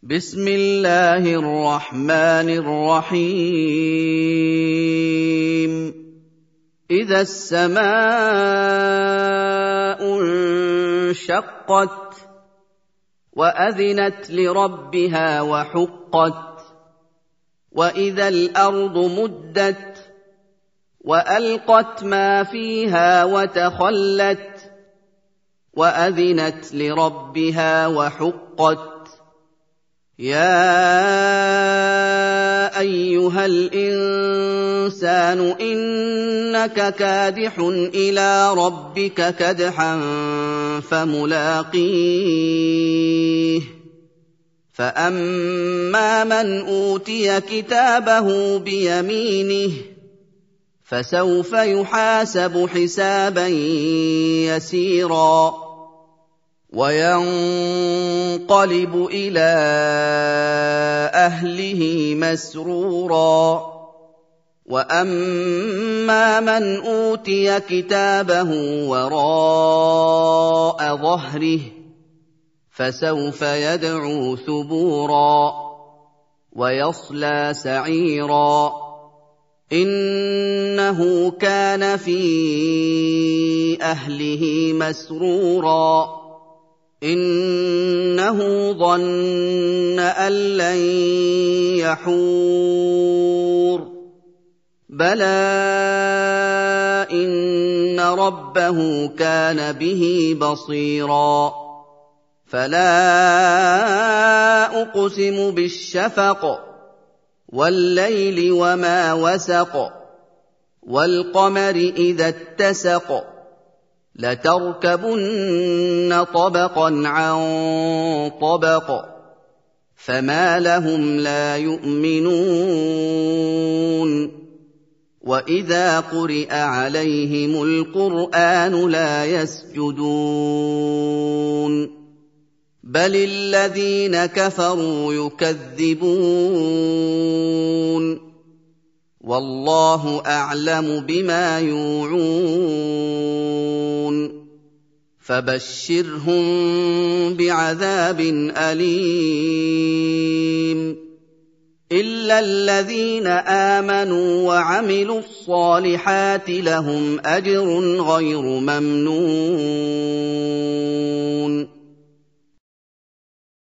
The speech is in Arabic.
بسم الله الرحمن الرحيم إذا السماء انشقت وأذنت لربها وحقت وإذا الأرض مدت وألقت ما فيها وتخلت وأذنت لربها وحقت يا أيها الإنسان إنك كادح إلى ربك كدحا فملاقيه فأما من أوتي كتابه بيمينه فسوف يحاسب حسابا يسيرا وينقلب إلى أهله مسرورا وأما من أوتي كتابه وراء ظهره فسوف يدعو ثبورا ويصلى سعيرا إنه كان في أهله مسرورا إنه ظن أن لن يحور بلى إن ربه كان به بصيرا فلا أقسم بالشفق والليل وما وسق والقمر إذا اتسق لتركبن طبقا عن طبق فما لهم لا يؤمنون وإذا قرئ عليهم القرآن لا يسجدون بل الذين كفروا يكذبون والله أعلم بما يوعون فبشرهم بعذاب أليم إلا الذين آمنوا وعملوا الصالحات لهم أجر غير ممنون